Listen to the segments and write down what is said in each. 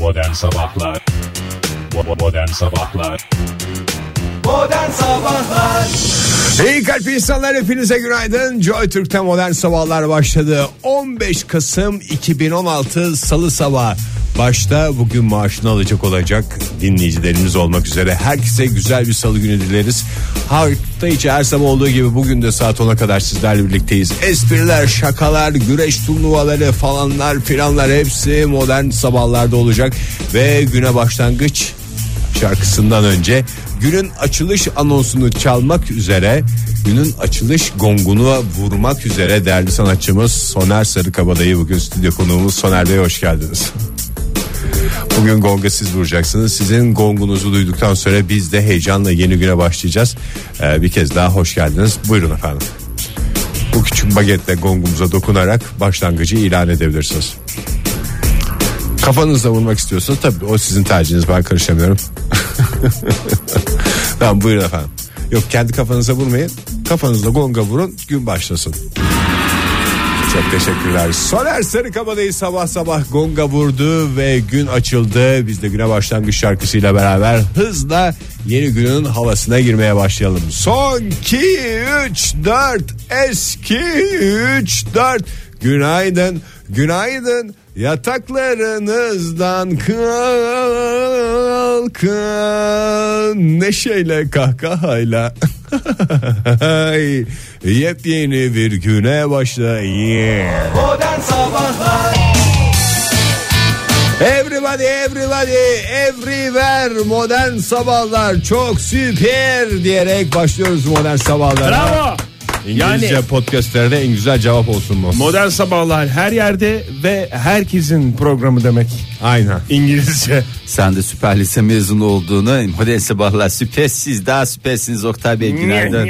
Modern Sabahlar. Modern Sabahlar. Modern Sabahlar. İyi kalp insanlar, hepinize günaydın. Joy Türk'te Modern Sabahlar başladı. 15 Kasım 2016 Salı sabahı. Başta bugün maaşını alacak olacak dinleyicilerimiz olmak üzere herkese güzel bir salı günü dileriz. Hafta içi her sabah olduğu gibi bugün de saat 10'a kadar sizlerle birlikteyiz. Espriler, şakalar, güreş turnuvaları falanlar filanlar hepsi Modern Sabahlar'da olacak. Ve güne başlangıç şarkısından önce günün açılış anonsunu çalmak üzere, günün açılış gongunu vurmak üzere değerli sanatçımız Soner Sarıkabadayı bugün stüdyo konuğumuz. Soner Bey, hoş geldiniz. Bugün gonga siz vuracaksınız. Sizin gongunuzu duyduktan sonra biz de heyecanla yeni güne başlayacağız. Bir kez daha hoş geldiniz. Buyurun efendim. Bu küçük bagetle gongumuza dokunarak başlangıcı ilan edebilirsiniz. Kafanızla vurmak istiyorsanız tabii o sizin tercihiniz, ben karışamıyorum. Tamam, buyurun efendim. Yok, kendi kafanıza vurmayın. Kafanızla gonga vurun, gün başlasın. Çok teşekkürler. Soner Sarıkabadayı sabah sabah gonga vurdu ve gün açıldı. Biz de güne başlangıç şarkısıyla beraber hızla yeni günün havasına girmeye başlayalım. Son 2 3 4 eski 3 4 günaydın günaydın. Yataklarınızdan kalkın, neşeyle kahkahayla yepyeni bir güne başlayın. Modern Sabahlar. Everywhere Modern Sabahlar çok süper diyerek başlıyoruz Modern Sabahlar. Bravo. İngilizce Yani podcastlerde en güzel cevap olsun bu. Modern Sabahlar her yerde ve herkesin programı demek. Aynen. İngilizce. Sen de süper lise mezunu olduğunu, Modern Sabahlar süpersiz, daha süpersiniz Oktay Bey, günaydın.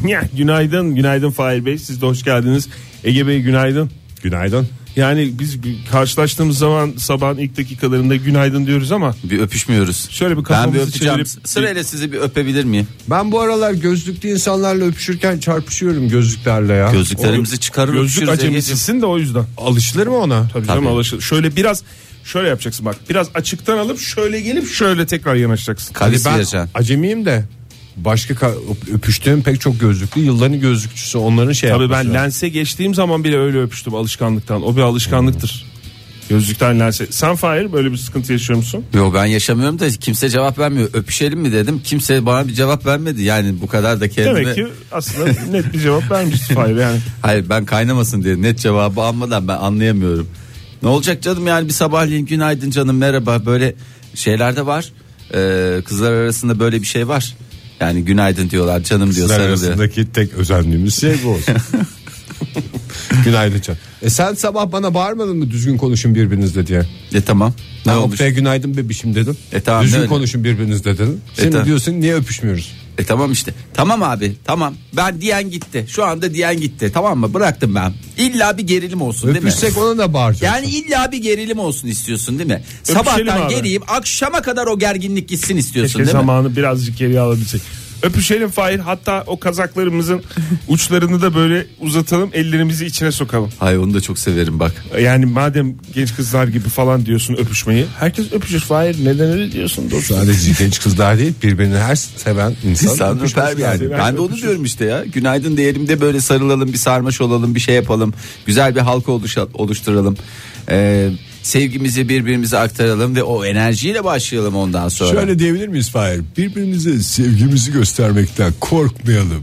Günaydın Fahir Bey, siz de hoş geldiniz. Ege Bey günaydın. Günaydın. Yani biz karşılaştığımız zaman sabahın ilk dakikalarında günaydın diyoruz ama Bir öpüşmüyoruz. şöyle bir Ben bir kafamızı öpeceğim. çevirip Sırayla sizi bir öpebilir miyim? Ben bu aralar gözlüklü insanlarla öpüşürken çarpışıyorum gözlüklerle ya. Gözlüklerimizi çıkarır gözlük öpüşürüz. Egeciğim. acemisisin de o yüzden. Alışılır mı ona? Tabii canım, Tabii. alışılır. Şöyle yapacaksın bak. Biraz açıktan alıp şöyle gelip şöyle tekrar yanaşacaksın. Kalesi Ben vereceksin. acemiyim de başka öpüştüğüm pek çok gözlüklü, yılların gözlükçüsü, onların şey Tabii yapması ben lazım. lense geçtiğim zaman bile öyle öpüştüm alışkanlıktan. O bir alışkanlıktır. Gözlükten lense. Sen Fahir böyle bir sıkıntı yaşıyor musun? Yok, ben yaşamıyorum da kimse cevap vermiyor. Öpüşelim mi dedim. Kimse bana bir cevap vermedi. Yani bu kadar da kendime. Demek ki aslında net bir cevap vermişti Fahir yani. Hayır, ben kaynamasın diye net cevabı almadan ben anlayamıyorum. Ne olacak canım, yani bir sabahleyin günaydın canım merhaba, böyle şeyler de var. Kızlar arasında böyle bir şey var. Yani günaydın diyorlar, canım diyor, Sizler sarılıyor. arasındaki tek özendiğimiz şey bu olsun. Günaydın can. Sen sabah bana bağırmadın mı düzgün konuşun birbirinizle diye? Tamam. Ne Ben olmuş? Oktay'a günaydın bebişim dedim. Tamam, düzgün ne öyle? konuşun birbirinizle dedim. Şimdi Tamam. diyorsun niye öpüşmüyoruz? Tamam işte. Tamam abi, tamam. Ben diyen gitti. Şu anda diyen gitti. Tamam mı? Bıraktım ben. İlla bir gerilim olsun değil mi? Öpüşsek ona da bağıracağız. Yani illa bir gerilim olsun istiyorsun değil mi? Öpüşelim Sabahtan abi. geriyim, akşama kadar o gerginlik gitsin istiyorsun Keşke değil mi? zamanı birazcık geriye alabilsek. Öpüşelim Fahir, hatta o kazaklarımızın uçlarını da böyle uzatalım, ellerimizi içine sokalım. Hay, onu da çok severim bak. Yani madem genç kızlar gibi falan diyorsun öpüşmeyi, herkes öpüşür Fahir, neden öyle diyorsun dostum? Sadece genç kızlar değil, birbirini her seven insan İnsan öpüşmesi öper yani. lazım. Ben de onu diyorum işte ya. Günaydın diyelim de böyle sarılalım, bir sarmaş olalım, bir şey yapalım. Güzel bir halka oluşturalım. Sevgimizi birbirimize aktaralım ve o enerjiyle başlayalım ondan sonra. Şöyle diyebilir miyiz Fahir? Birbirimize sevgimizi göstermekten korkmayalım.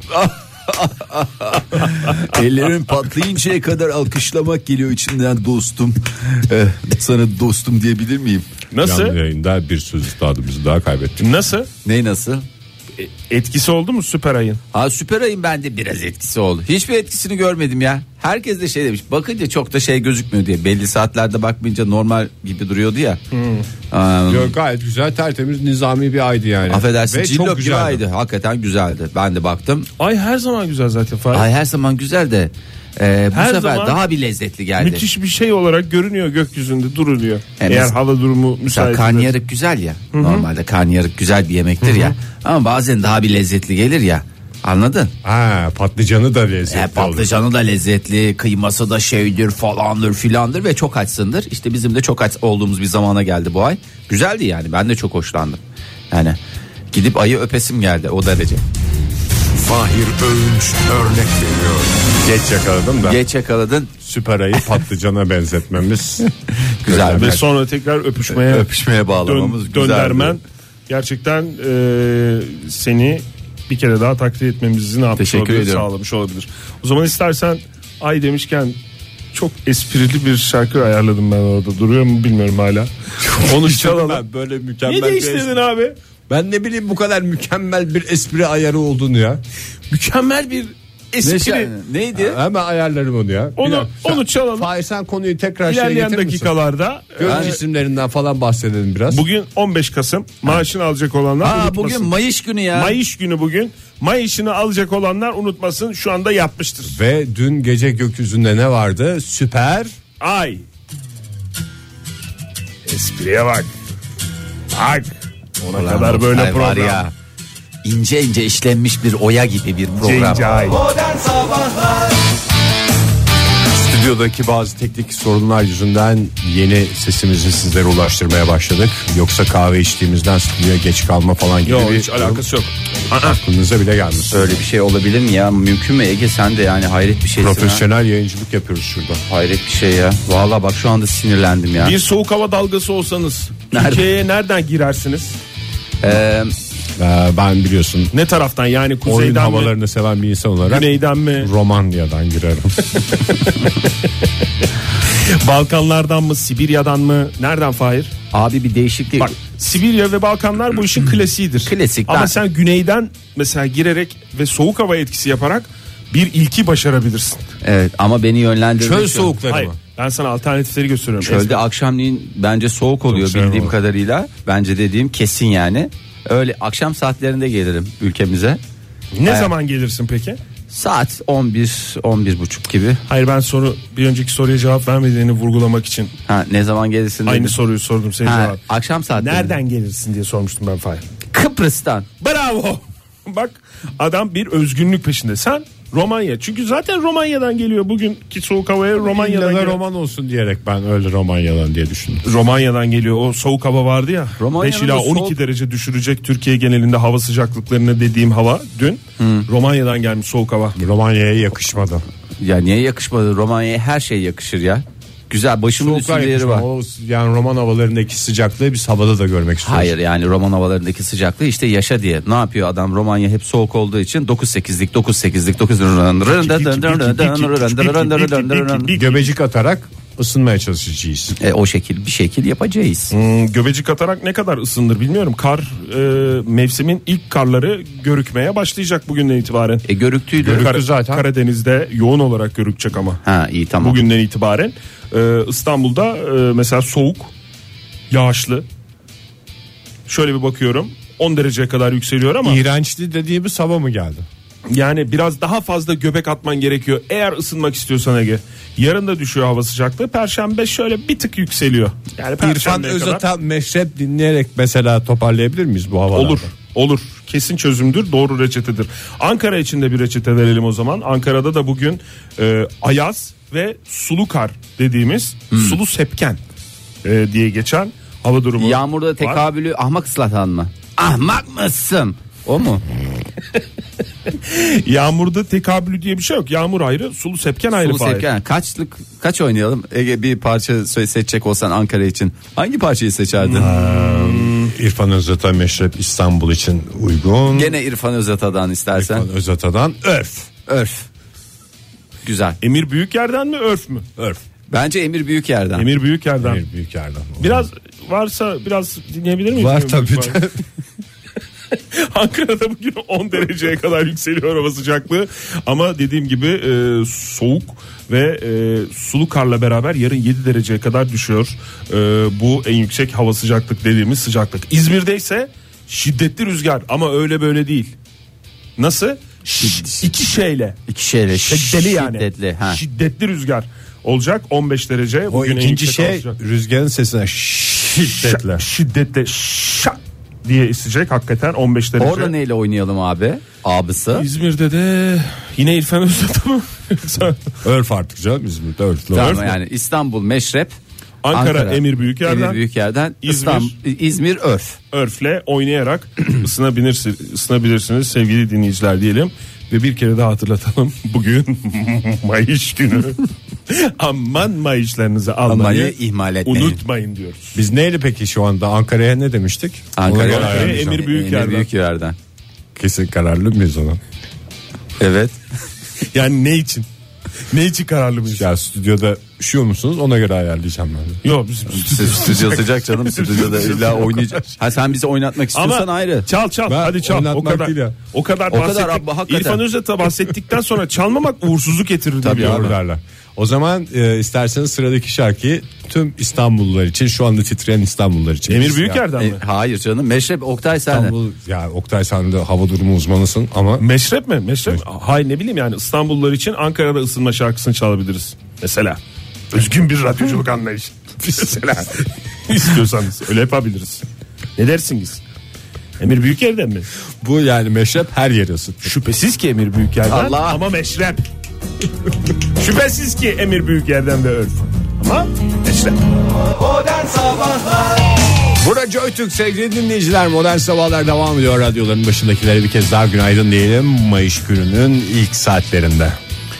Ellerin patlayıncaya kadar alkışlamak geliyor içinden dostum. Sana dostum diyebilir miyim? Nasıl? Canlı yayında bir söz üstadımızı daha kaybettik. Nasıl? Ne, nasıl? Etkisi oldu mu Süper Ay'ın? Süper Ay'ın bende biraz etkisi oldu. Hiçbir etkisini görmedim ya. Herkes de şey demiş. Bakınca çok da şey gözükmüyor diye. Belli saatlerde bakmayınca normal gibi duruyordu ya. Yok, gayet güzel, tertemiz, nizami bir aydı yani. Affedersin, Ve çok cillop gibi güzeldi. aydı. Hakikaten güzeldi. Ben de baktım. Ay her zaman güzel zaten Fahir. Ay her zaman güzel de bu Her sefer zaman daha bir lezzetli geldi. Müthiş bir şey olarak görünüyor gökyüzünde, duruluyor. Evet. Eğer hava durumu Mesela müsait. karnıyarık güzel ya. Normalde karnıyarık güzel bir yemektir ya. Ama bazen daha bir lezzetli gelir ya. Anladın? Ha, patlıcanı da lezzetli olur. Patlıcanı da lezzetli, kıyması da şeydir falandır filandır ve çok açsındır. İşte bizim de çok aç olduğumuz bir zamana geldi bu ay. Güzeldi yani, ben de çok hoşlandım. Yani gidip ayı öpesim geldi o derece. Fahir Öğünç örnek veriyor. Geç yakaladım da. Geç yakaladın. Süper ayı patlıcana benzetmemiz. Güzel. Ve sonra tekrar öpüşmeye bağlamamız döndermen gerçekten seni bir kere daha takdir etmemizi ne yapmış olabilir, sağlamış olabilir. O zaman istersen ay demişken çok esprili bir şarkı ayarladım ben orada. Duruyor mu bilmiyorum hala. Onu çalalım. Böyle mükemmel. Ne değiştirdin abi? Ben ne bileyim bu kadar mükemmel bir espri ayarı olduğunu ya. Mükemmel bir espri. Neydi? Hemen ayarlarım onu ya. Onu çalalım. Fahir sen konuyu tekrar İlerleyen getirir dakikalarda. Göz cisimlerinden falan bahsedelim biraz. Bugün 15 Kasım. Maaşını alacak olanlar unutmasın. Bugün Mayış günü ya. Mayış günü bugün. Mayışını alacak olanlar unutmasın, şu anda yapmıştır. Ve dün gece gökyüzünde ne vardı? Süper ay. Espriye bak. Bak. Ona kadar böyle program. Var ya, ince ince işlenmiş bir oya gibi bir program. Modern Sabahlar. Stüdyodaki bazı teknik sorunlar yüzünden yeni sesimizi sizlere ulaştırmaya başladık. Yoksa kahve içtiğimizden stüdyoya geç kalma falan gibi yok, bir hiç alakası yok. Aklınıza bile gelmiş. Öyle bir şey olabilir mi ya? Mümkün mü Ege, sen de yani hayret bir şeysin. Profesyonel yayıncılık yapıyoruz şurada. Hayret bir şey ya. Vallahi bak şu anda sinirlendim ya. Bir soğuk hava dalgası olsanız Türkiye'ye nereden girersiniz? Ben biliyorsun ne taraftan, yani kuzeyden oyun mi? havalarını seven bir insan olarak Güneyden mi? Romanya'dan girerim. Balkanlardan mı, Sibirya'dan mı? Nereden Fahir? Abi bir değişiklik. Bak, Sibirya ve Balkanlar bu işin klasiğidir. Klasik. Ama sen güneyden mesela girerek ve soğuk hava etkisi yaparak bir ilki başarabilirsin. Evet, ama beni yönlendirmek. Çöl soğukları Hayır, mı? ben sana alternatifleri gösteriyorum. Çölde akşamleyin bence soğuk oluyor bildiğim kadarıyla. Bence dediğim kesin yani. Öyle akşam saatlerinde gelirim ülkemize. Ne zaman gelirsin peki? Saat 11-11.30 gibi. Hayır, ben bir önceki soruya cevap vermediğini vurgulamak için. Ne zaman gelirsin dedim. Aynı soruyu sordum senin cevap. Akşam saatlerinde. Nereden gelirsin diye sormuştum ben Fahir. Kıbrıs'tan. Bravo. Bak, adam bir özgünlük peşinde. Sen Romanya. Çünkü zaten Romanya'dan geliyor. Bugünkü soğuk havaya Romanya'dan geliyor. roman olsun diyerek ben öyle Romanya'dan diye düşündüm. Romanya'dan geliyor. O soğuk hava vardı ya. 5 ila 12 soğuk... derece düşürecek Türkiye genelinde hava sıcaklıklarını dediğim hava dün. Romanya'dan gelmiş soğuk hava. Romanya'ya yakışmadı. Ya niye yakışmadı? Romanya'ya her şey yakışır ya. Güzel, başımın Soğuklar üstünde yeri var. Yani roman havalarındaki sıcaklığı biz havada da görmek istiyoruz. Hayır, yani roman havalarındaki sıcaklığı işte yaşa diye. Ne yapıyor adam? Romanya hep soğuk olduğu için 9-8'lik göbecik atarak ısınmaya çalışacağız. O şekil bir şekil yapacağız. Göbecik atarak ne kadar ısınır bilmiyorum. Mevsimin ilk karları görükmeye başlayacak bugünden itibaren. Görüktüydü. Zaten. Karadeniz'de yoğun olarak görükecek ama. İyi, tamam. Bugünden itibaren İstanbul'da mesela soğuk, yağışlı. Şöyle bir bakıyorum, 10 dereceye kadar yükseliyor ama. İğrençli dediğimiz hava mı geldi? Yani biraz daha fazla göbek atman gerekiyor eğer ısınmak istiyorsan Ege. Yarın da düşüyor hava sıcaklığı. Perşembe şöyle bir tık yükseliyor. Yani İrfan Özata meşrep dinleyerek mesela toparlayabilir miyiz bu havalarda? Olur. Kesin çözümdür, doğru reçetedir. Ankara için de bir reçete verelim o zaman. Ankara'da da bugün ayaz ve sulu kar dediğimiz sulu sepken diye geçen hava durumu. Yağmurda tekabülü ahmak ıslatan mı? Ahmak mısın? O mu? Yağmurda tekabülü diye bir şey yok. Yağmur ayrı, sulu sepken ayrı. Sulu sepken. Kaç oynayalım? Ege, bir parça seçecek olsan Ankara için hangi parçayı seçerdin? İrfan Özata meşrep İstanbul için uygun. Gene İrfan Özata'dan istersen. İrfan Özata'dan Örf. Güzel. Emir Büyükyer'den mi, Örf mü? Örf. Bence Emir Büyükyer'den. Emir Büyükyer'den. Emir Büyükyer'den. Biraz varsa biraz dinleyebilir miyiz? Var tabii. Ankara'da bugün 10 dereceye kadar yükseliyor hava sıcaklığı. Ama dediğim gibi soğuk ve sulu karla beraber yarın 7 dereceye kadar düşüyor. Bu en yüksek hava sıcaklık dediğimiz sıcaklık. İzmir'de ise şiddetli rüzgar ama öyle böyle değil. Nasıl? İki şeyle. Şiddetli yani. Şiddetli rüzgar olacak 15 derece. O bugün ikinci şey rüzgarın sesine şiddetle. Şiddetle diye isteyecek hakikaten 15 derece. Orada neyle oynayalım abi? Abısı. İzmir'de de yine İrfan Özlü mı? Örf artık canım, İzmir'de örf. Tamam, yani İstanbul Meşrep, Ankara Emir Büyüker'den, Emir Büyüker'den, İzmir. İzmir Örf. Örfle oynayarak ısınabilirsiniz sevgili dinleyiciler diyelim. Ve bir kere daha hatırlatalım. Bugün Mayış günü. Aman mayışlarınızı almayı ihmal etmeyin. Unutmayın diyoruz. Biz neyle peki şu anda Ankara'ya ne demiştik? Ankara'ya Emir Büyüker'den. Kesin kararlı mıyız ona? Evet. Yani ne için? Ne için kararlı mıyız? Ya stüdyoda üşüyor musunuz? Ona göre ayarlayacağım ben. Yok bizim Stüdyo sıcak canım, stüdyoda illa oynayacak. Ha, sen bizi oynatmak istiyorsan ama ayrı. çal Ben hadi çal. O oynatmak kadar. değil ya. O kadar bahsettik. hakikaten. İrfan Özlü bahsettikten sonra çalmamak uğursuzluk getirir Tabii diyor. abi. Derler. O zaman isterseniz sıradaki şarkıyı tüm İstanbullular için, şu anda titreyen İstanbullular için. Emir Büyüker'den mi? Hayır canım, Meşrep Oktay sende. İstanbul, ya Oktay sen de hava durumu uzmanısın ama Meşrep mi? Meşrep. Hayır, ne bileyim yani İstanbullular için Ankara'da ısınma şarkısını çalabiliriz. Mesela. Özgün bir radyoculuk anlayışı. Mesela. İstiyorsanız öyle yapabiliriz. Ne dersiniz? Emir Büyüker'den mi? bu yani meşrep her yeri ısıtır. Şüphesiz ki Emir Büyüker'den Allah. ama meşrep. Şüphesiz ki Emir Büyüker'den ve örf. Ama meşrep. Modern Sabahlar. Burada JoyTürk sevgili dinleyiciler, Modern Sabahlar devam ediyor. Radyoların başındakilere bir kez daha günaydın diyelim. Mayış gününün ilk saatlerinde.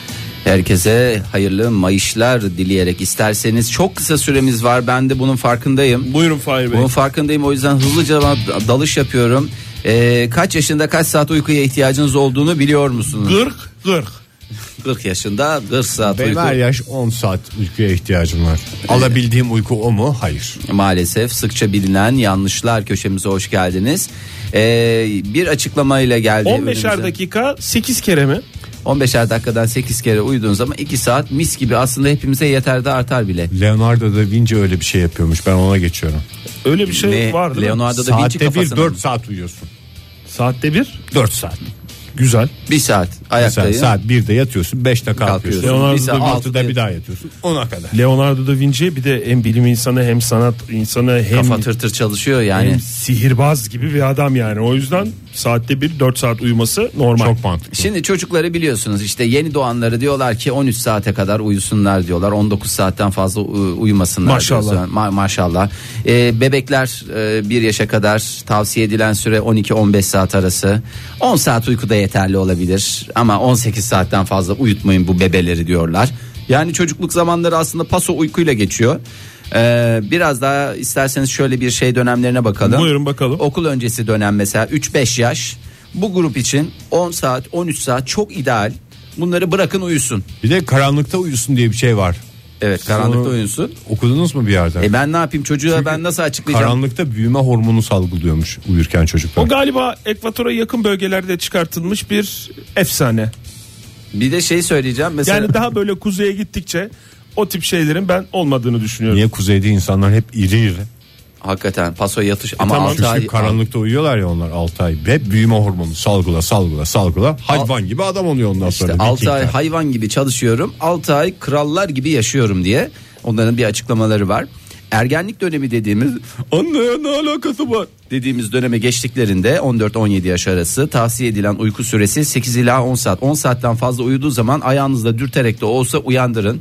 Herkese hayırlı mayışlar dileyerek, isterseniz çok kısa süremiz var, ben de bunun farkındayım. Buyurun Fahir Bey. Bunun farkındayım, o yüzden hızlıca dalış yapıyorum. Kaç yaşında kaç saat uykuya ihtiyacınız olduğunu biliyor musunuz? 40. 40 yaşında 40 saat Benim uyku. her yaş 10 saat uykuya ihtiyacım var. Alabildiğim uyku o mu? Hayır. Maalesef sıkça bilinen yanlışlar köşemize hoş geldiniz. Bir açıklamayla geldi 15'er önümüze. dakika 8 kere mi? 15'er dakikadan 8 kere uyuduğun zaman 2 saat mis gibi, aslında hepimize yeter de artar bile. Leonardo da Vinci öyle bir şey yapıyormuş. Ben ona geçiyorum. Öyle bir şey Ne? var değil mi? Leonardo da Vinci Saatte bir kafasına 4 saat uyuyorsun. Saatte bir. 4 saat. Güzel. 1 saat Sen ayaktayım. saat 1'de yatıyorsun, 5'te kalkıyorsun. Kalkıyorsun. Leonardo Bir saat da 6'da bir daha yatıyorsun. 10'a kadar. Leonardo da Vinci bir de hem bilim insanı hem sanat insanı hem, Kafa tır çalışıyor yani. hem sihirbaz gibi bir adam yani. O yüzden saatte bir 4 saat uyuması normal. Çok mantıklı. Şimdi çocukları biliyorsunuz, işte yeni doğanları diyorlar ki 13 saate kadar uyusunlar diyorlar. 19 saatten fazla uyumasınlar. Maşallah. diyorlar. Maşallah. Bebekler 1 yaşa kadar tavsiye edilen süre 12-15 saat arası. 10 saat uyku da yeterli olabilir. Ama 18 saatten fazla uyutmayın bu bebeleri diyorlar. Yani çocukluk zamanları aslında paso uykuyla geçiyor. Biraz daha isterseniz şöyle bir şey dönemlerine bakalım. Buyurun bakalım. Okul öncesi dönem mesela 3-5 yaş. Bu grup için 10 saat 13 saat çok ideal. Bunları bırakın uyusun. Bir de karanlıkta uyusun diye bir şey var. Evet, karanlıkta Onu uyusun. Okudunuz mu bir yerden? Ben ne yapayım çocuğa, ben nasıl açıklayacağım? Karanlıkta büyüme hormonu salgılıyormuş uyurken çocuklar. O galiba ekvatora yakın bölgelerde çıkartılmış bir efsane. Bir de şey söyleyeceğim mesela. Yani daha böyle kuzeye gittikçe o tip şeylerin ben olmadığını düşünüyorum. Niye kuzeyde insanlar hep iri iri? Hakikaten paso yatış ama tamam. 6 ay Çünkü karanlıkta uyuyorlar ya onlar 6 ay. Hep büyüme hormonu salgıla. Hayvan gibi adam oluyor ondan İşte sonra. 6 ay Vikingler. hayvan gibi çalışıyorum, 6 ay krallar gibi yaşıyorum diye onların bir açıklamaları var. Ergenlik dönemi dediğimiz, anne ne alakası var dediğimiz döneme geçtiklerinde 14-17 yaş arası tavsiye edilen uyku süresi 8 ila 10 saat. 10 saatten fazla uyuduğu zaman ayağınızla dürterek de olsa uyandırın.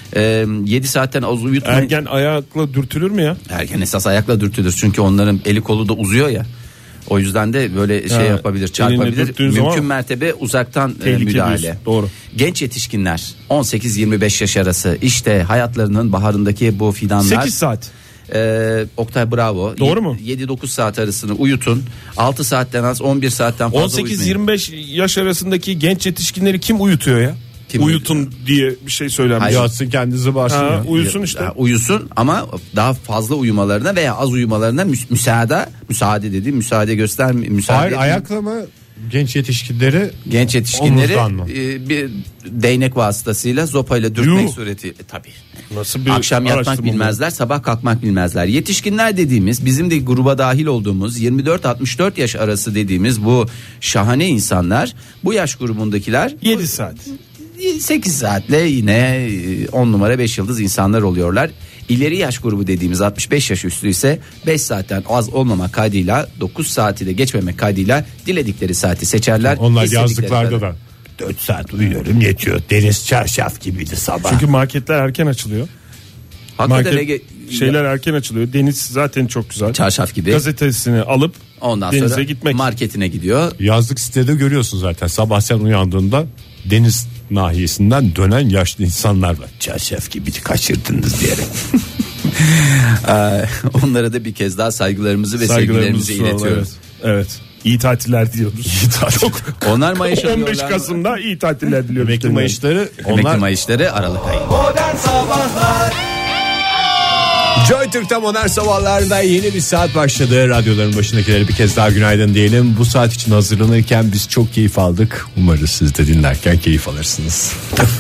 7 saatten az uyutmayın. Ergen ayakla dürtülür mü ya? Ergen esas ayakla dürtülür çünkü onların eli kolu da uzuyor ya. O yüzden de böyle şey yapabilir, elini çarpabilir. dürttüğün Mümkün zaman mertebe uzaktan tehlike müdahale. diyorsun, doğru. Genç yetişkinler 18-25 yaş arası, işte hayatlarının baharındaki bu fidanlar. 8 saat. Oktay bravo. Doğru mu? 7-9 saat arasını uyutun. 6 saatten az, 11 saatten fazla uyutmayın. 18-25 yaş arasındaki genç yetişkinleri kim uyutuyor ya? Kim Uyutun diye bir şey söylenmiş. Yatsın kendisi varsın Ha, ya. uyusun işte. Ya, uyusun ama daha fazla uyumalarına veya az uyumalarına müsaade gösterme. Hayır, ayakla mı genç yetişkinleri? Genç yetişkinleri Omuzdan mı? bir değnek vasıtasıyla sopayla dürtmek Yuh. sureti tabii. Nasıl bir Akşam yatmak araştırma bilmezler, sabah kalkmak bilmezler. Yetişkinler dediğimiz, bizim de gruba dahil olduğumuz 24-64 yaş arası dediğimiz bu şahane insanlar, bu yaş grubundakiler bu? 7 saat. 8 saatle yine 10 numara 5 yıldız insanlar oluyorlar. İleri yaş grubu dediğimiz 65 yaş üstü ise 5 saatten az olmamak kaydıyla 9 saati de geçmemek kaydıyla diledikleri saati seçerler. Onlar İstedikleri yazdıklarda kadar. da 4 saat uyuyorum yetiyor. Deniz çarşaf gibiydi sabah. Çünkü marketler erken açılıyor. Hakikaten Market şeyler erken açılıyor. Deniz zaten çok güzel. çarşaf gibi. Gazetesini alıp Ondan denize sonra gitmek. marketine gidiyor. Yazlık sitede görüyorsun zaten. Sabah sen uyandığında deniz nahiyesinden dönen yaşlı insanlar var. Çarşaf gibi kaçırdınız diyerek. Onlara da bir kez daha saygılarımızı ve Saygılarımızı sevgilerimizi sunalım, iletiyoruz. Evet. İyi tatiller diyoruz. Çok Onlar Mayış 15 alıyorlar. Kasım'da iyi tatiller diliyoruz. Emekli Mayışları Emekli onlar. Mayışları Aralık ayı. Modern Sabahlar Joy Türk'te modern sabahlarda yeni bir saat başladı. Radyoların başındakilere bir kez daha günaydın diyelim. Bu saat için hazırlanırken biz çok keyif aldık. Umarız siz de dinlerken keyif alırsınız.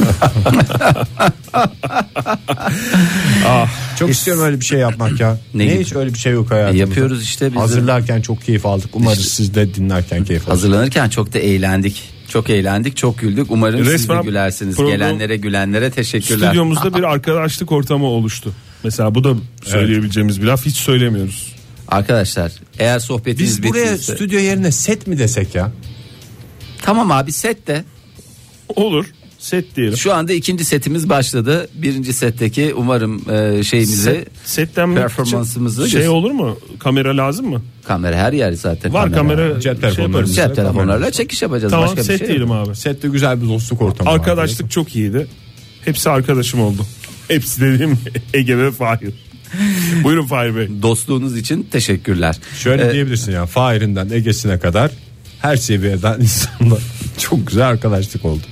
Çok istiyorum öyle bir şey yapmak ya. Ne Ne gibi? hiç öyle bir şey yok hayatımızda. Yapıyoruz işte biz de. Hazırlarken çok keyif aldık. Umarız siz de dinlerken keyif alırsınız. Hazırlanırken çok da eğlendik. Çok eğlendik, çok güldük. Umarım siz de Resmen gülersiniz. program- Gelenlere, gülenlere teşekkürler. Stüdyomuzda bir arkadaşlık ortamı oluştu. Mesela bu da söyleyebileceğimiz bir laf, hiç söylemiyoruz. Arkadaşlar, eğer sohbetiniz Biz buraya bittiyse. stüdyo yerine set mi desek ya? Tamam abi, set de. Olur. Set diyelim. Şu anda ikinci setimiz başladı. Birinci setteki umarım şeyimizi, Setten performansımızı şey göster- olur mu? Kamera lazım mı? kamera her yer zaten. Var kamera. Cep şey telefonları. yaparız. Cep telefonlarla çekiş yapacağız. Tamam, Başka bir set şey diyelim yok. abi. Sette güzel bir dostluk ortamı var. Arkadaşlık çok iyiydi. Hepsi arkadaşım oldu. Hepsi dediğim Ege ve Fahir. Buyurun Fahir Bey. Dostluğunuz için teşekkürler. Şöyle diyebilirsin ya, Fahir'inden Ege'sine kadar her seviyeden insanla çok güzel arkadaşlık oldu.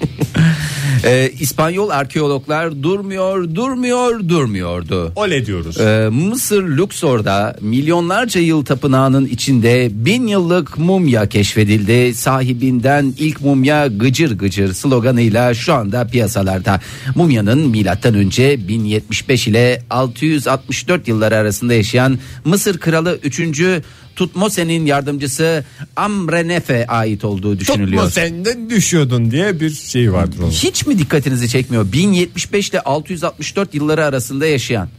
İspanyol arkeologlar durmuyordu. Oley diyoruz. Mısır Luxor'da milyonlarca yıl tapınağının içinde 1000 yıllık mumya keşfedildi. Sahibinden ilk mumya gıcır gıcır sloganıyla şu anda piyasalarda. Mumyanın milattan önce 1075 ile 664 yılları arasında yaşayan Mısır kralı 3. Tutmosen'in yardımcısı Amrenef'e ait olduğu düşünülüyor. Tutma senden düşüyordun diye bir şey vardır onun. Hiç mi dikkatinizi çekmiyor? 1075 ile 664 yılları arasında yaşayan.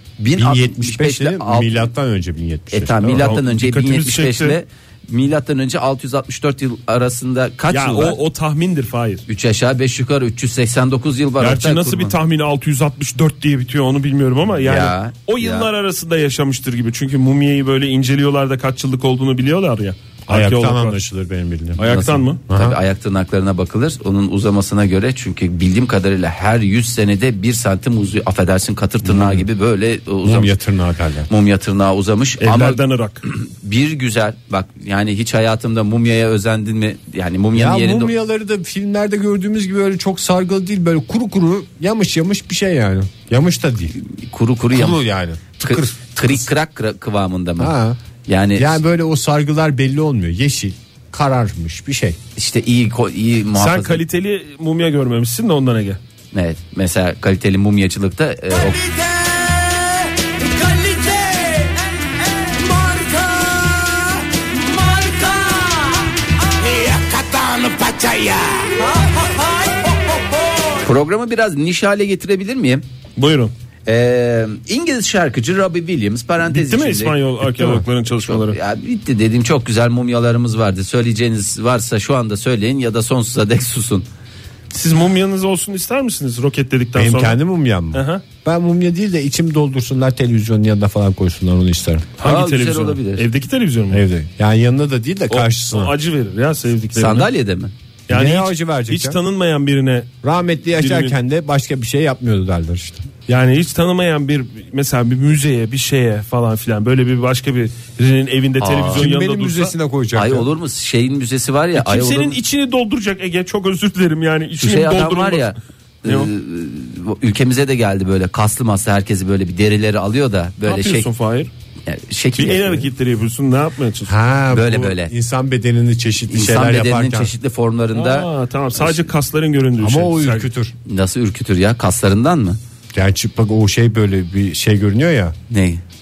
1075 ile alt- milattan önce 1075. Tamam, milattan önce Dikkatimizi 1075 çekti. ile milattan önce 664 yıl arasında kaç Ya yıl var? o tahmindir Fahir. 3 aşağı 5 yukarı 389 yıl var. Gerçi Ortak nasıl kurban. bir tahmin 664 diye bitiyor onu bilmiyorum ama yani Ya, o yıllar arasında yaşamıştır gibi. Çünkü mumyayı böyle inceliyorlar da kaç yıllık olduğunu biliyorlar ya. Ayaktan Arkeologlar. anlaşılır benim bildiğim. Ayaktan Nasıl? mı? Tabii ayak tırnaklarına bakılır. Onun uzamasına göre, çünkü bildiğim kadarıyla her 100 senede 1 santim uzuyor. Affedersin, katır tırnağı gibi böyle uzamış. Mumya tırnağı derler. Mumya tırnağı uzamış. Evlerden Ama Irak. bir güzel bak, yani hiç hayatımda mumyaya özendin mi? Yani mumyanın Ya yerinde mumyaları da filmlerde gördüğümüz gibi öyle çok sargılı değil, böyle kuru kuru yamış bir şey yani. Yamış da değil. kuru Kuru yam- yani. kırık kırak kıvamında mı? Ha. Yani böyle o sargılar belli olmuyor. Yeşil, kararmış bir şey. işte iyi muhafaza. Sen kaliteli mumya görmemişsin de ondan Ege. Evet, mesela kaliteli mumyacılıkta Kalite Marka Yakatan paçaya programı biraz niş hale getirebilir miyim? Buyurun. İngiliz şarkıcı Robbie Williams parantez Bitti mi içinde- İspanyol arkeologların çalışmaları? Ya bitti dedim, çok güzel mumyalarımız vardı. Söyleyeceğiniz varsa şu anda söyleyin ya da sonsuza dek susun. Siz mumyanız olsun ister misiniz roketledikten Benim sonra? kendi mumyam mı? Aha. Ben mumya değil de içim doldursunlar, televizyonun yanına falan koysunlar, onu isterim. Hangi Aa, güzel televizyon? olabilir. Evdeki televizyon mu? Evde. Yani yanına da değil de O karşısına. acı verir ya sevdiklerine. Sandalyede mi? Yani Neye hiç, acı verecek hiç ya? tanınmayan birine, Rahmetli yaşarken de başka bir şey yapmıyordu derler işte. yani hiç tanımayan bir, mesela bir müzeye, bir şeye falan filan, böyle bir başka birinin evinde televizyon Kim yanında benim dursa, müzesine koyacak? Ay ya? olur mu? Şeyin müzesi var ya. Ay olur kimsenin mu? içini dolduracak Ege, çok özür dilerim yani, Şu içinin şey adam var doldurulması. ya. Ne o? Ülkemize de geldi böyle kaslı maslı, herkesi böyle bir derileri alıyor da Ne böyle yapıyorsun Fahir? şekil Bir el yapıyor. hareketleri yapıyorsun, ne yapmaya çalışıyorsun? Ha, Böyle bu böyle. İnsan bedenini çeşitli İnsan şeyler bedeninin yaparken. çeşitli formlarında Tamam, sadece kasların göründüğü Ama şey. o Sen- ürkütür. nasıl ürkütür ya, kaslarından mı? Yani çıplak o şey böyle bir şey görünüyor ya. Ne?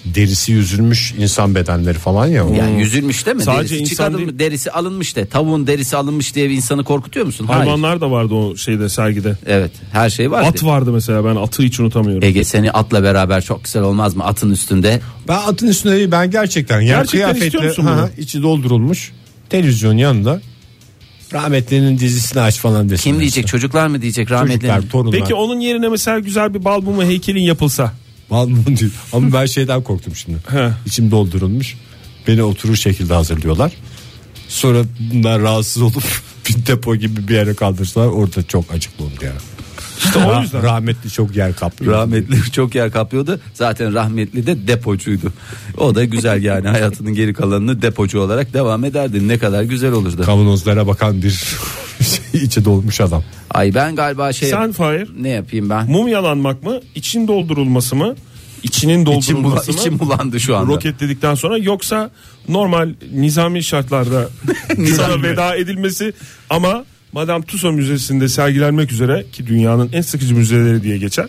derisi yüzülmüş insan bedenleri falan ya. Yani yüzülmüş değil mi? Sadece Derisi insan çıkarılmış, değil. derisi alınmış de. Tavuğun derisi alınmış diye bir insanı korkutuyor musun? Hayır. Hayvanlar da vardı o şeyde, sergide. Evet, her şey var. At vardı mesela, ben atı hiç unutamıyorum. Ege, seni atla beraber çok güzel olmaz mı? Atın üstünde. Ben atın üstünde değil, ben gerçekten Gerçekten istiyor musun bunu? içi doldurulmuş televizyon yanında rahmetlinin dizisini aç falan desin. Kim diyecek? Çocuklar mı diyecek? Rahmetli. Çocuklar, torunlar. Peki onun yerine mesela güzel bir bal mumu heykelin yapılsa? Balmum değil. Ama ben şeyden korktum şimdi. He. İçim doldurulmuş. Beni oturur şekilde hazırlıyorlar. Sonra bunlar rahatsız olup bir depo gibi bir yere kaldırsalar, orada çok acıklı olur ya. İşte o yüzden. Rahmetli çok yer kaplıyor. Rahmetli çok yer kaplıyordu. Zaten rahmetli de depocuydu. O da güzel yani, hayatının geri kalanını depocu olarak devam ederdi. Ne kadar güzel olurdu. Kavanozlara bakan bir içi dolmuş adam. Ay ben galiba Sen Fahir, ne yapayım ben? mumyalanmak mı, için doldurulması mı, içinin doldurulması mı, İçim bulandı şu anda. roketledikten sonra, yoksa normal nizami şartlarda sana veda edilmesi ama Madame Tussauds Müzesi'nde sergilenmek üzere, ki dünyanın en sıkıcı müzeleri diye geçer.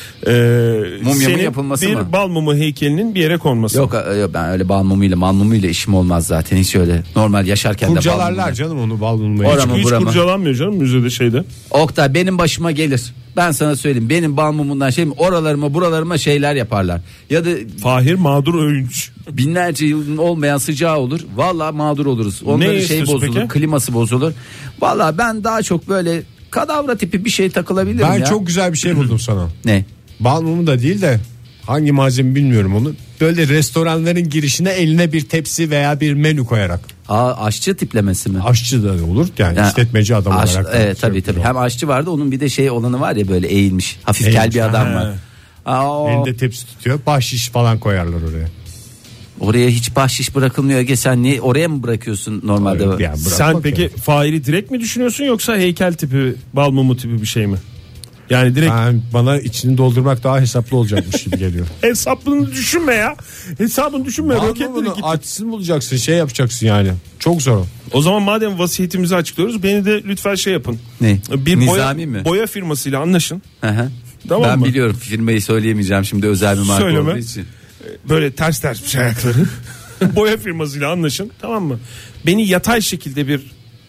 Mumyanın yapılması bir mı? bal mumu heykelinin bir yere konması. Yok ben öyle bal mumuyla işim olmaz zaten, hiç öyle. Normal yaşarken de bal Kurcalarlar mumuyla. canım onu, bal mumuyla. Orama Hiç burama. kurcalanmıyor canım müzede, şeyde. Oktay, benim başıma gelir. Ben sana söyleyeyim, benim bal mumundan oralarıma buralarıma şeyler yaparlar. Ya da Fahir mağdur övünç. binlerce yılın olmayan sıcağı olur. Vallahi mağdur oluruz. Onların istiyorsun bozulur, peki? kliması bozulur. Vallahi ben daha çok böyle kadavra tipi bir şey takılabilirim Ben ya. çok güzel bir şey buldum sana. Ne? Bal mumu da değil de hangi malzeme bilmiyorum onu. Böyle restoranların girişine eline bir tepsi veya bir menü koyarak. Aşçı tiplemesi mi? Aşçı da olur yani, Ya, işletmeci adam olarak. Evet tabii. Hem aşçı vardı, onun bir de şey olanı var ya, böyle eğilmiş. Hafif kel Eğilmiş, bir adam ha. var. Elinde tepsi tutuyor, bahşiş falan koyarlar oraya. Oraya hiç bahşiş bırakılmıyor Ege, sen niye oraya mı bırakıyorsun normalde? Yani bırakmak Sen peki yani. Fahir'i direkt mi düşünüyorsun, yoksa heykel tipi, bal mumu tipi bir şey mi? Yani direkt Bana içini doldurmak daha hesaplı olacakmış gibi geliyor. hesabını düşünme ya. Hesabını düşünme. Bal Roketleri mumunu git. açsın bulacaksın, şey yapacaksın yani. Çok zor o. O zaman madem vasiyetimizi açıklıyoruz, beni de lütfen şey yapın. Ne? Bir Nizami mi? boya firmasıyla anlaşın. Hı hı. Tamam Ben mı? biliyorum, firmayı söyleyemeyeceğim şimdi, özel bir marka Söyleme. olduğu için. Böyle ters bir şey ayakları. Boya firmasıyla anlaşın, tamam mı? Beni yatay şekilde bir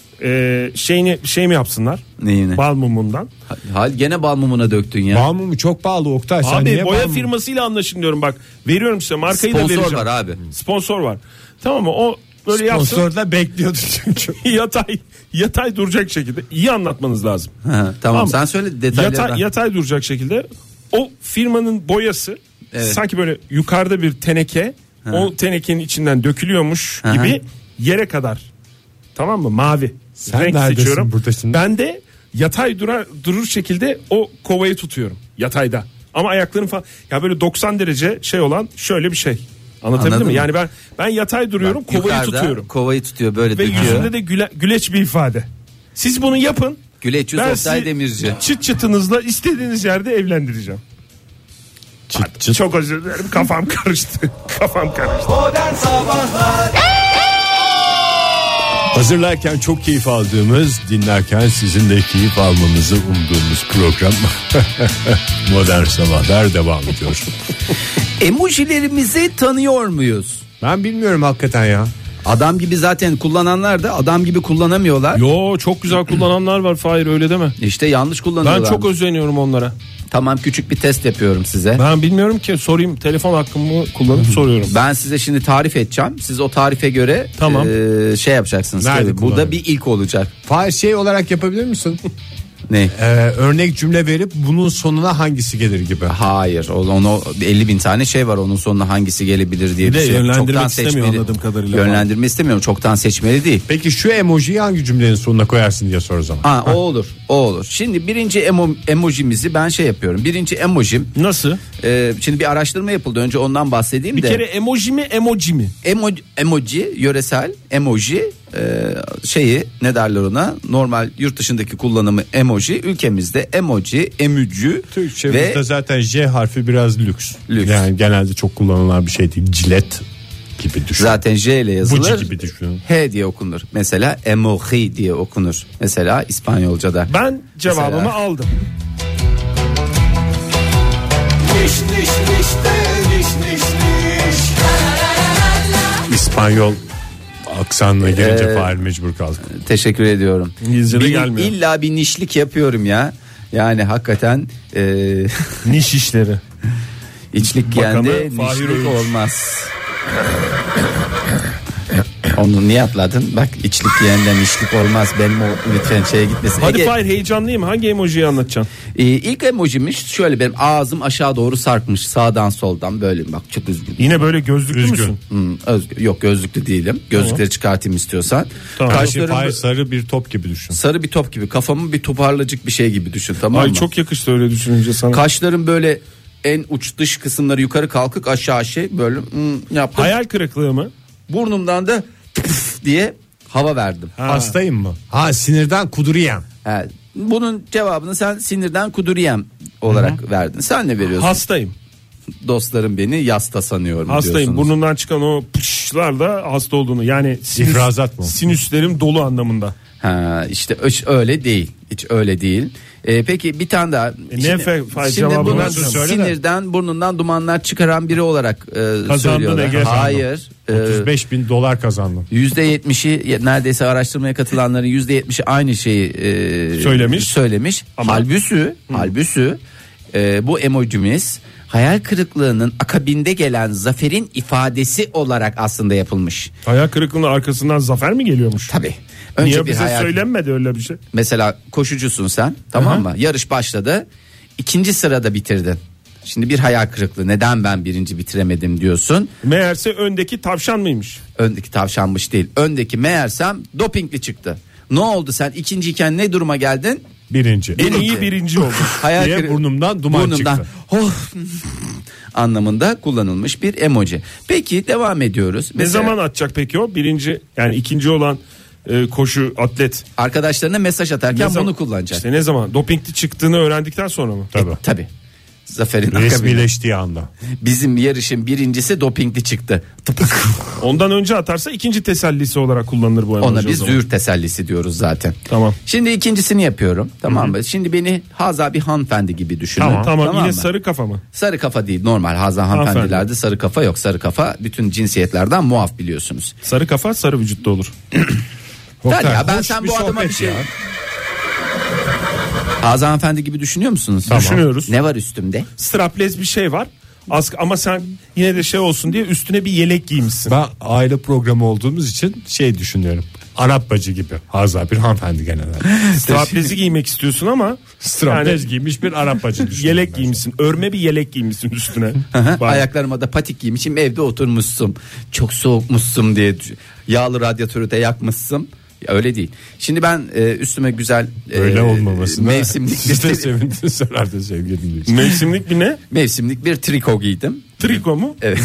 şey mi yapsınlar? Neyini? Bal mumundan. Gene bal mumuna döktün ya. Bal mumu çok pahalı Oktay. Sen Abi niye boya bal mumu- firmasıyla anlaşın diyorum, bak. Veriyorum size, markayı da Sponsor vereceğim. var abi. Sponsor var. Tamam mı? O böyle yapsın. Sponsor da bekliyordu çünkü. yatay duracak şekilde iyi anlatmanız lazım. Hı, tamam sen söyle detayları. Yatay duracak şekilde o firmanın boyası sanki böyle yukarıda bir teneke, o tenekenin içinden dökülüyormuş gibi yere kadar, tamam mı, mavi Sen renk neredesin seçiyorum. burada şimdi? Ben de yatay durur şekilde o kovayı tutuyorum yatayda, ama ayaklarım falan ya böyle 90 derece şey olan şöyle bir şey. Anlatabildim Anladın mi? mı? Yani ben yatay duruyorum, Bak, kovayı yukarıda tutuyorum. Kovayı tutuyor böyle Ve döküyor. yüzünde de güleç bir ifade. Siz bunu yapın. Güleç yüz Ben Oktay sizi Demirci. çıt çıtınızla istediğiniz yerde evlendireceğim. Çıt çıt. Çok özür dilerim, kafam karıştı. Kafam karıştı. Modern Sabahlar Hazırlarken çok keyif aldığımız, dinlerken sizin de keyif almanızı umduğumuz program Modern Sabahlar devam ediyor. Emojilerimizi tanıyor muyuz? Ben bilmiyorum hakikaten ya. Adam gibi zaten kullananlar da adam gibi kullanamıyorlar. Yo, çok güzel kullananlar var Fahir, öyle deme. İşte yanlış Ben kullanıyorlar. çok özeniyorum onlara. Tamam, küçük bir test yapıyorum size. Ben bilmiyorum ki, sorayım, telefon hakkımı kullanıp soruyorum. Ben size şimdi tarif edeceğim. Siz o tarife göre Tamam. şey yapacaksınız. Nerede Tabii. Bu da kullanalım? bir ilk olacak. Fahir, şey olarak yapabilir misin? Ne? Örnek cümle verip bunun sonuna hangisi gelir gibi. Hayır, onu 50 bin tane şey var, onun sonuna hangisi gelebilir diye Bir de bir şey. yönlendirmek Çoktan istemiyor seçmeli. anladığım kadarıyla. Yönlendirme istemiyorum, çoktan seçmeli değil. Peki şu emojiyi hangi cümlenin sonuna koyarsın diye sor o zaman. Ha, o olur, o olur. Şimdi birinci emojimizi ben şey yapıyorum. Birinci emojim, Nasıl? şimdi bir araştırma yapıldı, önce ondan bahsedeyim Bir de. kere emoji mi? Emoji, yöresel emoji, şeyi ne derler ona, normal yurt dışındaki kullanımı emoji, ülkemizde emoji, emücü Türkçemizde ve zaten J harfi biraz lüks. Lüks. Yani genelde çok kullanılan bir şey değil. Cilet gibi düşün. zaten J ile yazılır. Buci gibi düşünün. H diye okunur. Mesela emoji diye okunur. Mesela İspanyolca'da. Ben cevabımı Mesela. aldım. Niş niş niş de niş niş niş İspanyol aksanına gelince Fahir mecbur kaldık. Teşekkür ediyorum. İngilizce'de gelmiyor. İlla bir nişlik yapıyorum ya. Yani hakikaten Niş işleri. içlik Bakanı giyende Fahir nişlik Öğünç. olmaz. Onu niye atladın? Bak içlik giyenden nişlik olmaz. Benim o lütfen şeye gitmesin. Hadi Ege, Fahir, heyecanlıyım. Hangi emojiyi anlatacaksın? ilk emojimiz şöyle, benim ağzım aşağı doğru sarkmış sağdan soldan böyle, bak çok üzgün. Yine böyle gözlüklü Üzgün. müsün? Yok, gözlüklü değilim. Gözlükleri çıkartayım istiyorsan. Tamam. Kaşlarım Fahir sarı bir top gibi düşün. sarı bir top gibi, kafamı bir toparlacık bir şey gibi düşün, tamam Ay mı? çok yakıştı öyle düşününce sana. Kaşlarım böyle en uç dış kısımları yukarı kalkık, aşağı böyle yaptım. Hayal kırıklığı mı? Burnumdan da püf diye hava verdim. Hastayım mı? Ha, sinirden kuduruyam. Ha, bunun cevabını sen sinirden kuduruyam olarak verdin. Sen ne veriyorsun? Hastayım. Dostlarım beni yasta sanıyorum Hastayım. diyorsunuz. Burnumdan çıkan o pışlar da hasta olduğunu. Yani İfrazat mı? sinüslerim dolu anlamında. Ha, işte öyle değil. Hiç öyle değil. Peki bir tane daha. Fay şimdi cevabını bunu nasıl söyle de. sinirden burnundan dumanlar çıkaran biri olarak söylüyorlar. Ege. Hayır. 35.000 dolar kazandım. %70'i neredeyse araştırmaya katılanların %70'i aynı şeyi söylemiş. Ama- Halbuki bu emojimiz hayal kırıklığının akabinde gelen zaferin ifadesi olarak aslında yapılmış. Hayal kırıklığının arkasından zafer mi geliyormuş? Tabii. Önce Niye bir bize hayal... söylenmedi öyle bir şey? Mesela koşucusun sen, tamam mı? Yarış başladı. 2. sırada bitirdin. Şimdi bir hayal kırıklığı. Neden ben 1. bitiremedim diyorsun. Meğerse öndeki tavşan mıymış? Öndeki tavşanmış değil. Öndeki meğersem dopingli çıktı. Ne oldu, sen 2. iken ne duruma geldin? Birinci. En iyi birinci oldu. Hayal diye burnumdan duman çıktı. Oh, anlamında kullanılmış bir emoji. Peki devam ediyoruz. Ne zaman atacak peki o? Birinci, yani ikinci olan koşu atlet. Arkadaşlarına mesaj atarken Ne zaman- bunu kullanacak. İşte ne zaman? Dopingli çıktığını öğrendikten sonra mı? Tabii. Tabii. Zaferin akabinde. Resmileştiği anda. Bizim yarışın birincisi dopingli çıktı. Ondan önce atarsa ikinci tesellisi olarak kullanılır bu emoji. Ona o biz zaman. züğürt tesellisi diyoruz zaten. Tamam. Şimdi ikincisini yapıyorum. Tamam mı? Şimdi beni haza bir hanımefendi gibi düşünün. Tamam. Yine mı? sarı kafa mı? Sarı kafa değil, normal haza hanımefendilerde sarı kafa yok. Sarı kafa bütün cinsiyetlerden muaf, biliyorsunuz. Sarı kafa sarı vücutta olur. Hadi ya, ben hoş sen bir bu adama bir sohbet şey... ya. Haza hanımefendi gibi düşünüyor musunuz? Düşünüyoruz. Ne var üstümde? Strapless bir şey var. Ama sen yine de şey olsun diye üstüne bir yelek giymişsin. Ben aile programı olduğumuz için şey düşünüyorum. Arap bacı gibi. Hazır bir hanımefendi genelde. Strapless'i giymek istiyorsun ama Strapless yani giymiş bir Arap bacı düşünüyorum. yelek giymişsin. Örme bir yelek giymişsin üstüne. Bak. Ayaklarıma da patik giymişim, evde oturmuşsun. Çok soğukmuşsun diye yağlı radyatörü de yakmışsın. Ya öyle değil. Şimdi ben üstüme güzel Öyle olmamasına. mevsimlik Siz de bir sevindiniz herhalde sevgili dinleyiciler. Mevsimlik bir ne? mevsimlik bir triko giydim. Triko mu? Evet.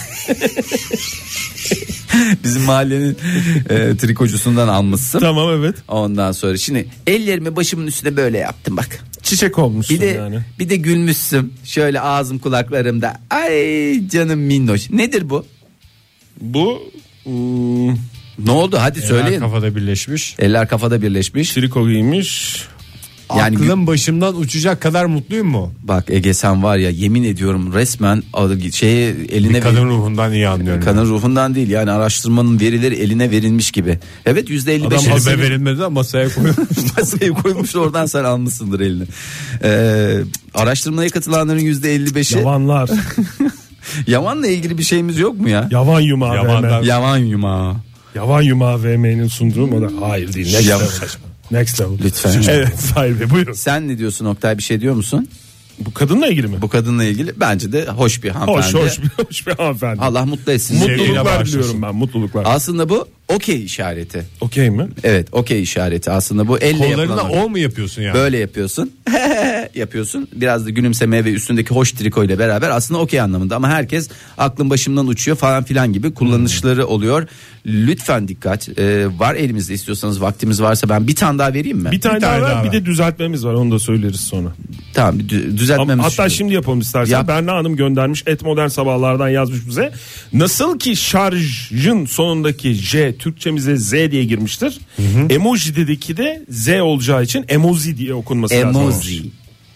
Bizim mahallenin trikocusundan almışsın. Tamam, evet. Ondan sonra şimdi ellerimi başımın üstüne böyle yaptım bak. Çiçek olmuşsun Bir de yani. bir de gülmüşsün. Şöyle ağzım kulaklarımda. Ay canım minnoş. Nedir bu? Bu Ne oldu? Hadi söyleyin. Eller kafada birleşmiş. Eller kafada birleşmiş. triko giymiş. Yani Aklım başımdan uçacak kadar mutluyum mu? bak Ege, sen var ya, yemin ediyorum resmen eline Bir kadın ruhundan iyi anlıyorum. kadın ruhundan değil, yani araştırmanın verileri eline verilmiş gibi. Evet, %55 Adam hazır- elime verilmedi de masaya koymuş. masaya koymuş, oradan sen almışsındır eline. Araştırmaya katılanların %55'i Yavanlar. Yavan'la ilgili bir şeyimiz yok mu ya? Yavan yumağı Yavanlar. VM. Yavan yumağı. Yavan yumağı VM'nin sunduğu moda. Hayır değil. Next Yavan. level. Next level. Lütfen. Evet Fahir Bey, buyurun. Sen ne diyorsun Oktay, bir şey diyor musun? Bu kadınla ilgili mi? Bu kadınla ilgili bence de hoş bir hanımefendi. Hoş bir hanımefendi. Allah mutlu etsin. Sevgiyle Mutluluklar başlasın. diliyorum ben, mutluluklar. Aslında bu okey işareti. Okey mi? Evet, okey işareti. Aslında bu elle Kollarına yapılan. o mu yapıyorsun yani? Böyle yapıyorsun. Yapıyorsun. Biraz da gülümseme ve üstündeki hoş triko ile beraber aslında okey anlamında, ama herkes aklın başımdan uçuyor falan filan gibi kullanışları oluyor. Lütfen dikkat. Var elimizde, istiyorsanız vaktimiz varsa ben bir tane daha vereyim mi? Bir tane tane daha daha var, bir ver. de düzeltmemiz var, onu da söyleriz sonra. Tamam, düzeltmemiz. Hatta şimdi yapalım istersen. Yap. Berna Hanım göndermiş, Modern Sabahlardan yazmış bize. Nasıl ki şarjın sonundaki J Türkçemize Z diye girmiştir. Emoji dedeki de Z olacağı için emoji diye okunması lazım. Emoji.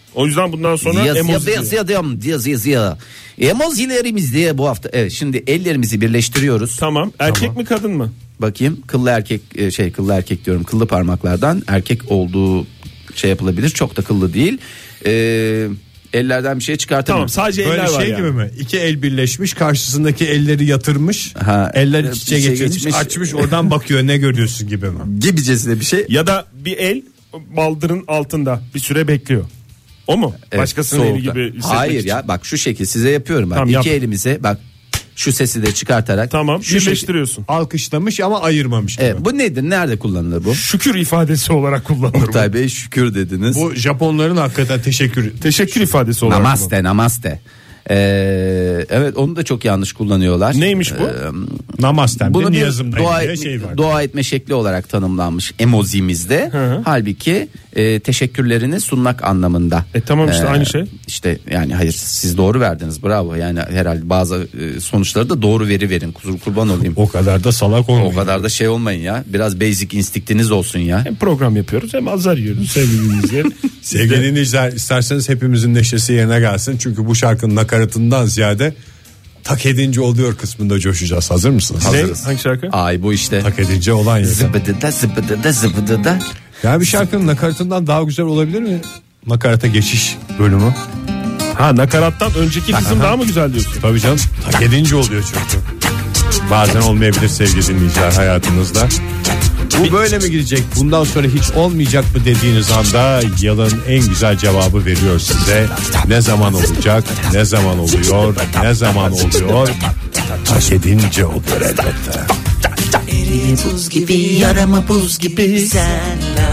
O yüzden bundan sonra emoji diyor. Emojilerimiz diye bu hafta. Evet, şimdi ellerimizi birleştiriyoruz. Tamam. Erkek mi kadın mı? Bakayım, kıllı erkek kıllı erkek diyorum, kıllı parmaklardan erkek olduğu şey yapılabilir, çok da kıllı değil. Ellerden bir şey çıkartamıyorum. Tamam, sadece Böyle eller var şey yani. gibi mi? İki el birleşmiş, karşısındaki elleri yatırmış. Eller iç içe geçirmiş, açmış, oradan bakıyor, ne görüyorsun gibi mi? Gibicesine bir şey. Ya da bir el baldırın altında bir süre bekliyor. O mu? Evet, Başkasının eli soğukta. gibi hissetmek Hayır için. ya, bak şu şekil size yapıyorum ben. Tamam, İki yap. elimize bak, şu sesi de çıkartarak. Tamam, şu birleştiriyorsun. Alkışlamış ama ayırmamış gibi. Evet, bu nedir? Nerede kullanılır bu? Şükür ifadesi olarak kullanılır bu. Oktay Bey, şükür dediniz. Bu Japonların hakikaten Teşekkür ifadesi olarak. Namaste. Evet, onu da çok yanlış kullanıyorlar. Neymiş bu? Namasten Bunu de bir niyazımdayım diye şey var. dua etme şekli olarak tanımlanmış emojimizde. Hı. Halbuki teşekkürlerini sunmak anlamında. Tamam işte aynı şey. İşte yani hayır, siz doğru verdiniz, bravo. Yani herhalde bazı sonuçları da doğru verin. Kurban olayım. O kadar da salak olmayın. O kadar da şey olmayın ya. Biraz basic instinktiniz olsun ya. Hem program yapıyoruz hem azar yiyoruz sevgili dinleyiciler. Sevgili dinleyiciler, isterseniz hepimizin neşesi yerine gelsin. Çünkü bu şarkının nakaratından ziyade tak edince oluyor kısmında coşacağız. Hazır mısınız? Ne? Hazırız. Hangi şarkı? Ay bu işte. Tak edince olan yer. Zıbıdıda. Ya bir şarkının nakaratından daha güzel olabilir mi? Nakarata geçiş bölümü. Ha, nakarattan önceki kısım daha mı güzel diyorsun? Tabii canım, tak edince oluyor çünkü. Bazen olmayabilir sevgili dinleyiciler hayatınızda. Bu böyle mi gidecek, bundan sonra hiç olmayacak mı dediğiniz anda yılın en güzel cevabı veriyor size. Ne zaman olacak, ne zaman oluyor, ne zaman oluyor? Tak edince oluyor elbette. Eriye buz gibi, yarama buz gibi. Sen